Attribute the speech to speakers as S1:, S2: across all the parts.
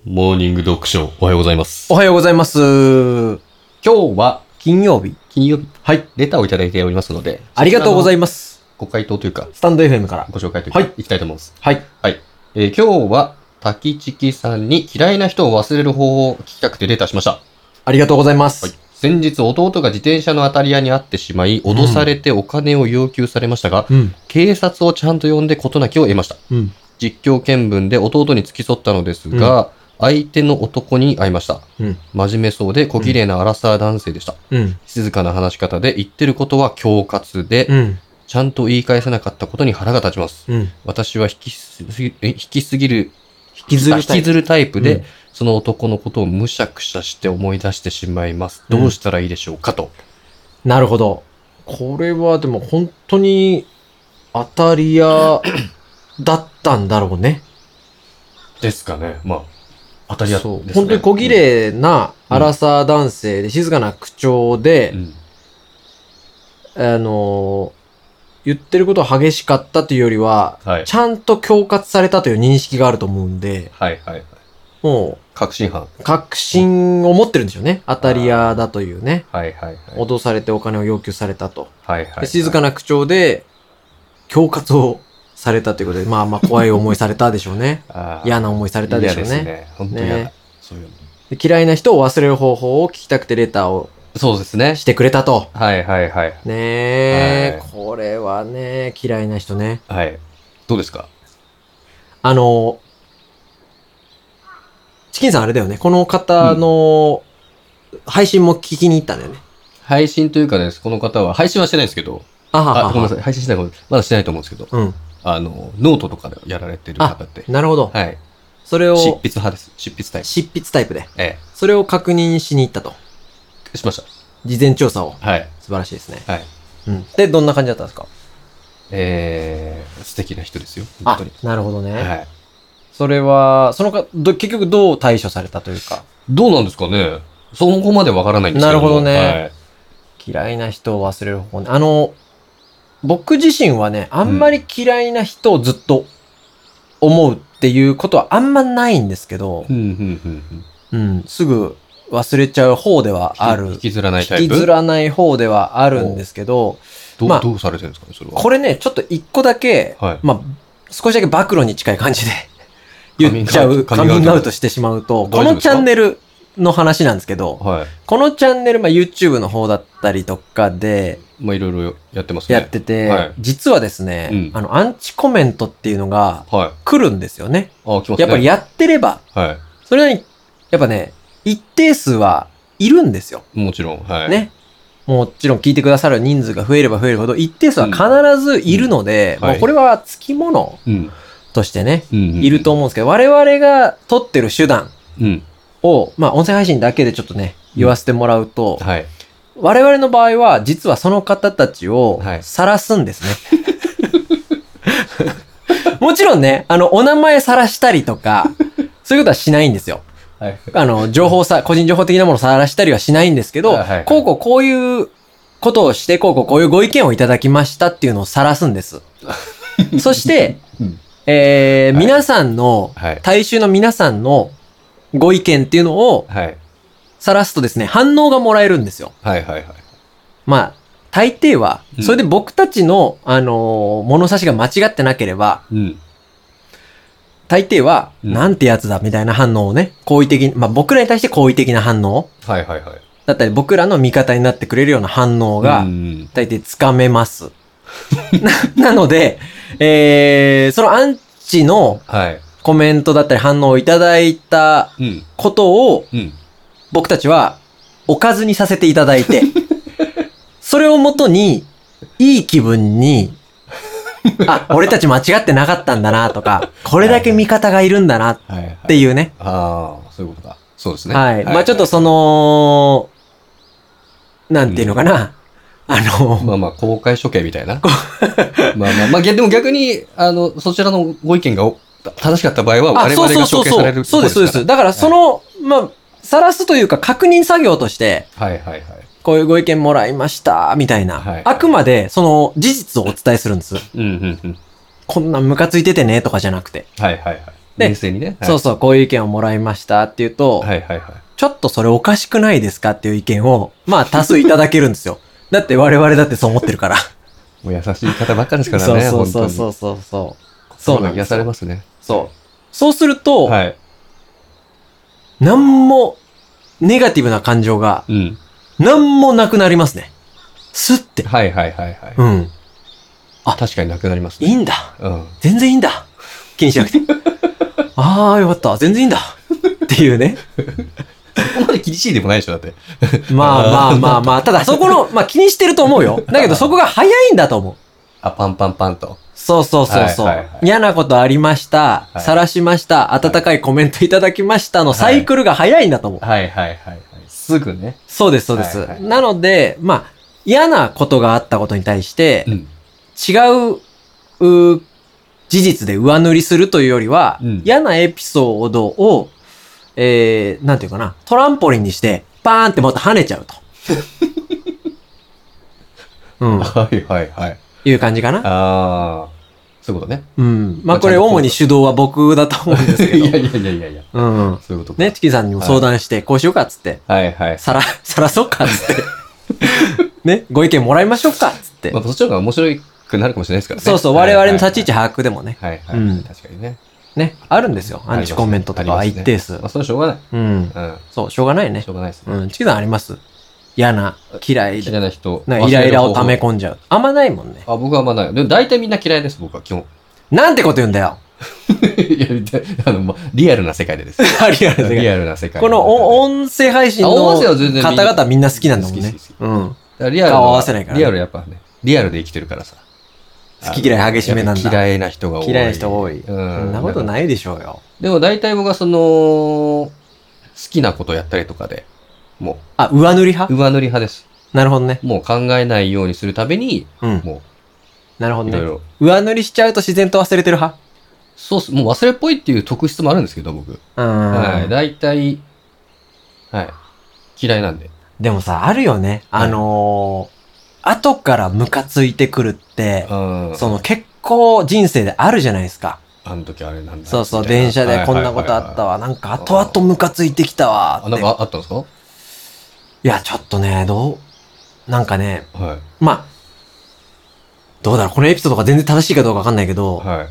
S1: モーニング読書、おはようございます。
S2: おはようございます。今日は金曜日。
S1: はい。レターをいただいておりますので。
S2: ありがとうございます。
S1: ご回答というか、
S2: スタンド FM から
S1: ご紹介というか、いきたいと思います。
S2: はい。
S1: はい。今日は、滝チキさんに嫌いな人を忘れる方法を聞きたくてレターしました。
S2: ありがとうございます。
S1: はい。先日、弟が自転車の当たり屋に会ってしまい、脅されてお金を要求されましたが、警察をちゃんと呼んで事なきを得ました。実況見分で弟に付き添ったのですが、相手の男に会いました。真面目そうで小綺麗なアラサー男性でした。静かな話し方で言ってることは恐喝で、ちゃんと言い返せなかったことに腹が立ちます。私は引きずるタイプで、その男のことをむしゃくしゃして思い出してしまいます。どうしたらいいでしょうかと。
S2: なるほど。これはでも本当に当たり屋だったんだろうね。
S1: ですかね。まあ、当たり屋ですね。
S2: 本当に小綺麗なアラサー男性で静かな口調で、言ってることは激しかったというよりは、ちゃんと恐喝されたという認識があると思うんで、もう、確信を持ってるんでしょうね。当たり屋だというね。脅されてお金を要求されたと。静かな口調で、恐喝をされたということで、まあ怖い思いされたでしょうね。嫌な思いされたでしょうね。
S1: 嫌ですね。本当に嫌だ。そういう
S2: の。嫌いな人を忘れる方法を聞きたくてレターを
S1: そうですね。
S2: してくれたと。
S1: ね
S2: え、これはね、嫌いな人ね。
S1: どうですか？
S2: チキンさんあれだよね。この方の配信も聞きに行ったんだよね。
S1: 配信というかです。この方は、配信はしてないんですけど。ごめんなさい。配信してないこと、まだしてないと思うんですけど。ノートとかでやられてる方って。
S2: なるほど。それを。
S1: 執筆派です。執筆タイプ。
S2: 執筆タイプで。それを確認しに行ったと。
S1: しました。
S2: 事前調査を。素晴らしいですね。で、どんな感じだったんですか？
S1: 素敵な人ですよ。本当に。
S2: なるほどね。それは、結局どう対処されたというか。
S1: どうなんですかね。そこまでわからないんですけど。
S2: なるほどね。嫌いな人を忘れる方ね。僕自身はね、あんまり嫌いな人をずっと思うっていうことはあんまないんですけど、すぐ忘れちゃう方ではある。
S1: 引きずらないタイプ？
S2: 引きずらない方ではあるんですけど、
S1: どうされてるんですかね、それは。
S2: これね、ちょっと一個だけ、少しだけ暴露に近い感じで言っちゃう、カミングアウトしてしまうと、このチャンネルの話なんですけど、このチャンネル、YouTube の方だったりとかで、
S1: いろいろやってますね。
S2: やってて、実はですね、アンチコメントっていうのが来るんですよね。やっぱりやってれば、それなりに、やっぱね、一定数はいるんですよ。
S1: もちろん。
S2: ね。もちろん聞いてくださる人数が増えれば増えるほど、一定数は必ずいるので、もうこれは付き物としてね、いると思うんですけど、我々が取ってる手段を、音声配信だけでちょっとね、言わせてもらうと、我々の場合は、実はその方たちを晒すんですね。もちろんね、お名前晒したりとか、そういうことはしないんですよ。個人情報的なものを晒したりはしないんですけど、こういうことをして、こういうご意見をいただきましたっていうのを晒すんです。そして、皆さんの、大衆の皆さんのご意見っていうのを、晒すとですね、反応がもらえるんですよ。大抵は、それで僕たちの、物差しが間違ってなければ、大抵は、なんてやつだみたいな反応をね、好意的に、僕らに対して好意的な反応だったり、僕らの味方になってくれるような反応が、大抵つかめます。なので、そのアンチのコメントだったり反応をいただいたことを、僕たちはおかずにさせていただいて、それをもとに、いい気分に、俺たち間違ってなかったんだなとか、これだけ味方がいるんだなっていうね。
S1: そういうことだ。そうですね。
S2: ちょっとなんていうのかな。
S1: 公開処刑みたいな。でも逆に、そちらのご意見が正しかった場合は、我々が処刑される。
S2: そうです。だから晒すというか確認作業として、こういうご意見もらいました、みたいな。あくまで、その事実をお伝えするんです。こんなんムカついててね、とかじゃなくて。
S1: 冷静にね。
S2: そうそう、こういう意見をもらいましたって言うと、
S1: はいはいはい。
S2: ちょっとそれおかしくないですかっていう意見を、まあ多数いただけるんですよ。だって我々だってそう思ってるから。
S1: もう優しい方ばっかですからね、
S2: そうそう
S1: 本当に。
S2: そうそうそう。
S1: そうなんです。癒されますね。
S2: そう。そうすると、
S1: はい。
S2: なんも、ネガティブな感情が、なんもなくなりますね。スッて。
S1: はいはいはいはい。
S2: うん。
S1: あ、確かになくなりますね。
S2: いいんだ。
S1: うん。
S2: 全然いいんだ。気にしなくて。ああ、よかった。全然いいんだ。っていうね。
S1: そこまで厳しいでもないでしょ、だって。
S2: まあまあまあまあ、ただそこの、まあ気にしてると思うよ。だけどそこが早いんだと思う。
S1: あ、パンパンパンと。
S2: そうそうそうそう。
S1: はいはいはい、
S2: 嫌なことありました。
S1: はい、
S2: 晒しました。温かいコメントいただきましたのサイクルが早いんだと思う。
S1: はいはいはいはい。すぐね。
S2: そうです、そうです。はいはい、なので、まあ、嫌なことがあったことに対して、違う、事実で上塗りするというよりは、嫌なエピソードを、なんていうかな、トランポリンにして、パーンってまた跳ねちゃうと。
S1: うん。はいはいはい。
S2: いう感じかな。
S1: ああ。そういうことね。
S2: うん。まあこれ主に主導は僕だと思うんですけど。
S1: いやいやいやいやいや。
S2: うん。
S1: そういうことか。
S2: ね、チキさんにも相談して、こうしようかっつって。
S1: はいはい。
S2: さらそうかっつって。ね、ご意見もらいましょうかっつって。
S1: まあそっちの方が面白くなるかもしれないですからね。
S2: そうそう、我々の立ち位置把握でもね。
S1: はいはい。確かにね。
S2: ね、あるんですよ。アンチコメントとかは一定数。
S1: まあそれはしょうがない。
S2: うん。そう、しょうがないね。
S1: しょうがないですね。
S2: うん。チキさんあります？嫌な、嫌い
S1: な人。
S2: イライラを溜め込んじゃう。あんまないもんね。
S1: あ、僕はあんまない。でも大体みんな嫌いです、僕は基本。
S2: なんてこと言うんだよ。
S1: いや、リアルな世界でです。リアルな世界。
S2: この音声配信の方々みんな好きなんだもんね。うん。
S1: リアル。
S2: 顔合わせないから。
S1: リアルやっぱね、リアルで生きてるからさ。
S2: 好き嫌い激しめなんだ。
S1: 嫌いな人が多い。
S2: 嫌いな人多い。そんなことないでしょうよ。
S1: でも大体僕は好きなことやったりとかで、もう。
S2: あ、上塗り派？
S1: 上塗り派です。
S2: なるほどね。
S1: もう考えないようにするために、も
S2: う。なるほどね。上塗りしちゃうと自然と忘れてる派？
S1: そうっす。もう忘れっぽいっていう特質もあるんですけど、僕。はい。大体、はい。嫌いなんで。
S2: でもさ、あるよね。後からムカついてくるって、結構人生であるじゃないですか。
S1: あの時あれなんだ。
S2: そうそう、電車でこんなことあったわ。なんか後々ムカついてきたわ。
S1: なんかあったんですか？
S2: いや、ちょっとね、なんかね、
S1: はい。
S2: まあ、どうだろう、このエピソードが全然正しいかどうかわかんないけど、
S1: はい。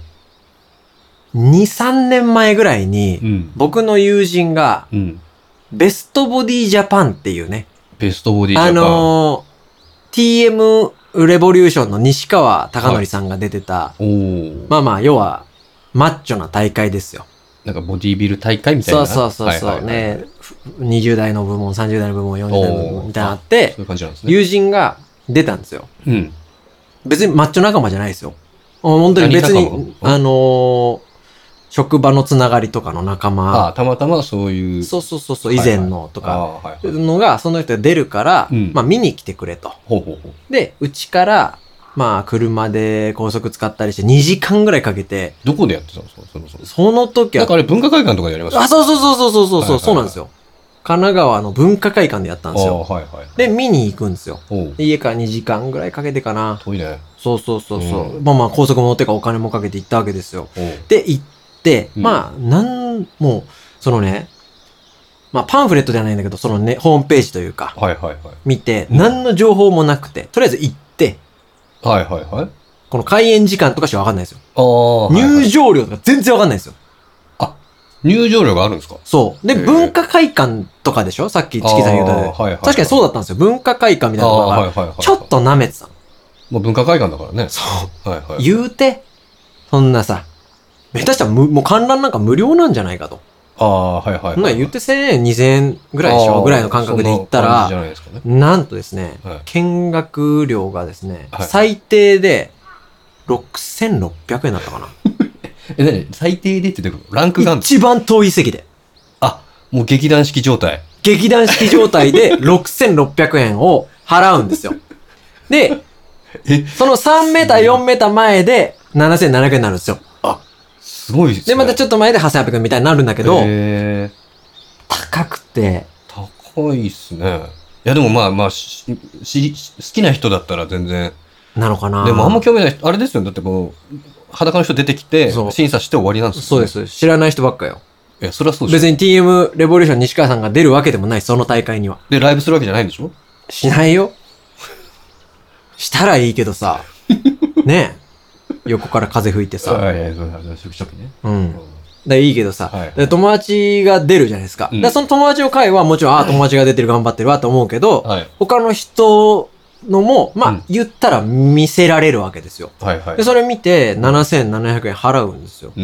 S2: 2、3年前ぐらいに、僕の友人が、ベストボディジャパンっていうね。
S1: ベストボディジャパン。
S2: TM レボリューションの西川貴教さんが出てた、まあまあ、要は、マッチョな大会ですよ。
S1: なんかボディビル大会みたいな。
S2: そうね。20代の部門、30代の部門、40代の部門みたいなのあって、
S1: そういう感じなんですね。
S2: 友人が出たんですよ。別にマッチョ仲間じゃないですよ。本当に別に、職場のつながりとかの仲間。
S1: たまたまそういう。
S2: そう、以前のとか、のが、その人が出るから、まあ見に来てくれと。で、うちから、まあ車で高速使ったりして2時間ぐらいかけて。
S1: どこでやってたんですか？
S2: その時は。
S1: なんかあれ文化会館とかでやりました？
S2: そうなんですよ。神奈川の文化会館でやったんですよ。で、見に行くんですよ。家から2時間ぐらいかけてかな。
S1: 遠いね。
S2: そう。まあ高速も乗ってかお金もかけて行ったわけですよ。で、行って、まあ、もう、そのね、まあパンフレットじゃないんだけど、そのね、ホームページというか、見て、何の情報もなくて、とりあえず行って、この開演時間とかしかわかんないですよ。入場料とか全然わかんないですよ。
S1: あ、入場料があるんですか？
S2: そう。で、文化会館とかでしょ？さっきチキさん言うと。確かにそうだったんですよ。文化会館みたいなところが、ちょっと舐めてたの。
S1: もう文化会館だからね。
S2: そう。言うて、そんなさ、下手したらもう観覧なんか無料なんじゃないかと。そんな言って1000円、2000円ぐらいでしょぐらいの感覚で行ったら、なんとですね、見学料がですね、最低で6600円だったかな。
S1: 何最低でって言ってランクが
S2: 一番遠い席で。
S1: あ、もう劇団式状態。
S2: 劇団式状態で6600円を払うんですよ。で、その3メーター、4メーター前で7700円になるんですよ。
S1: すごいですね。
S2: で、またちょっと前で8800円みたいになるんだけど、高くて。
S1: 高いっすね。いや、でもまあ、好きな人だったら全然。
S2: なのかな。
S1: でもあんま興味ない人、あれですよ。だってもう、裸の人出てきて、審査して終わりなんですよ、ね。
S2: そうです。知らない人ばっかよ。
S1: いや、それはそうです。
S2: 別に TM レボリューション西川さんが出るわけでもない、その大会には。
S1: で、ライブするわけじゃないんでしょ？
S2: しないよ。したらいいけどさ。ねえ。横から風吹いてさ。
S1: はい、そう初期ね。
S2: うん。いいけどさ、
S1: はい
S2: で友達が出るじゃないですか。その友達の会はもちろん、友達が出てる頑張ってるわと思うけど、
S1: はい、
S2: 他の人のも、言ったら見せられるわけですよ。
S1: はいはい。
S2: で、それ見て、7700円払うんですよ。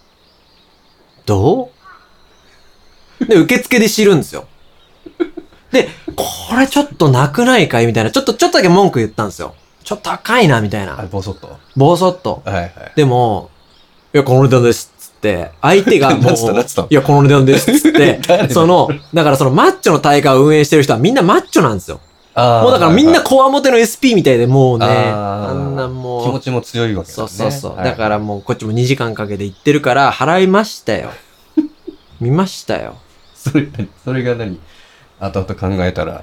S2: どう？で、受付で知るんですよ。で、これちょっとなくないかいみたいな、ちょっとだけ文句言ったんですよ。ちょっと高いな、みたいな。
S1: ボソッと。
S2: ボソッと。
S1: はいはい。
S2: でも、いや、この値段です。つって、相手がもう、
S1: い
S2: や、この値段です。つって、だからそのマッチョの大会を運営してる人はみんなマッチョなんですよ。もうだからみんなこわもての SP みたいでもうね、あんなもう。
S1: 気持ちも強いわけ
S2: ですね。そう。だからもうこっちも2時間かけて行ってるから払いましたよ。見ましたよ。
S1: それが何？後々考えたら。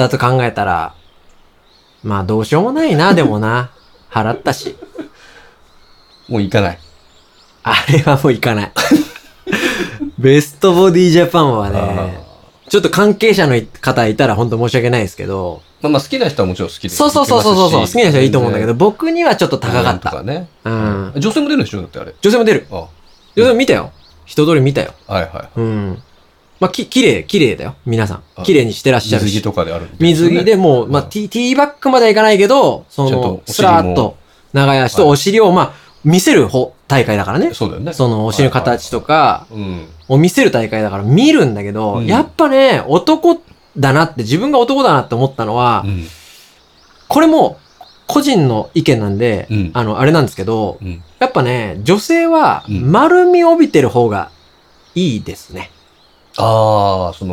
S2: まあどうしようもないな、でもな。払ったし。
S1: もう行かない。
S2: あれはもう行かない。ベストボディジャパンはね、ちょっと関係者の方いたら本当申し訳ないですけど。
S1: まあ好きな人はもちろん好きです。
S2: そう。好きな人はいいと思うんだけど、僕にはちょっと高かった。
S1: とかね。うん。女性も出るでしょだってあれ。
S2: 女性も出る。女性も見たよ。一通り見たよ。
S1: はいはい。
S2: うん。まあ、綺麗だよ。皆さん。綺麗にしてらっしゃるし。
S1: 水着とかである。
S2: 水着でもう、まあ、ティーバックまではいかないけど、スラーっと、長足とお尻を、まあ、見せる大会だからね。
S1: そうだよね。
S2: そのお尻の形とか、を見せる大会だから見るんだけど、やっぱね、男だなって、自分が男だなって思ったのは、これも、個人の意見なんで、あれなんですけど、やっぱね、女性は丸みを帯びてる方がいいですね。
S1: ああ、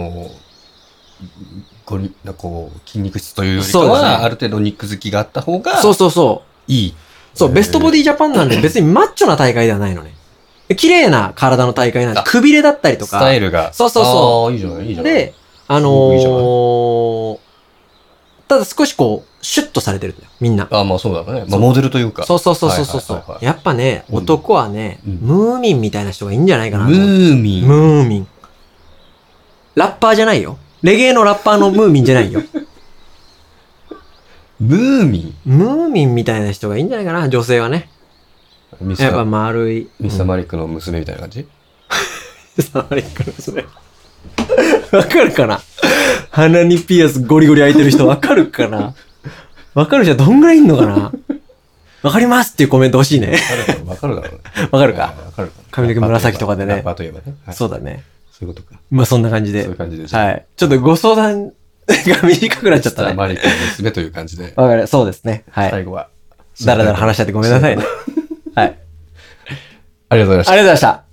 S1: 筋肉質というよりかは、ある程度肉付きがあった方が、いい。
S2: そう、ベストボディジャパンなんで別にマッチョな大会ではないのね。綺麗な体の大会なんで、くびれだったりとか。
S1: スタイルが。
S2: そう。
S1: いいじゃない、いいじゃない。
S2: で、ただ少しシュッとされてるんだよ、みんな。
S1: まあそうだね。まあモデルというか。
S2: そう。やっぱね、男はね、ムーミンみたいな人がいいんじゃないかな。
S1: ムーミン。
S2: ラッパーじゃないよ。レゲエのラッパーのムーミンじゃないよ。
S1: ムーミ
S2: ンみたいな人がいいんじゃないかな、女性はね。やっぱ丸い。
S1: ミスターマリックの娘みたいな感じ？
S2: ミスターマリックの娘。わかるかな？鼻にピアスゴリゴリ開いてる人わかるかな？わかる人はどんぐらいいんのかな？わかりますっていうコメント欲しいね。
S1: わかるだろうね。
S2: わかるか？髪の毛紫とかでね。
S1: ラッパーといえばね。
S2: そうだね。
S1: そういうことか。
S2: まあそんな感じで。
S1: そういう感じで。
S2: はい。ちょっとご相談が短くなっちゃったね。
S1: マリックの娘という感じで。
S2: わかる。そうですね。はい。
S1: 最後は。
S2: だらだら話しちゃってごめんなさいね。はい。
S1: ありがとうございました。
S2: ありがとうございました。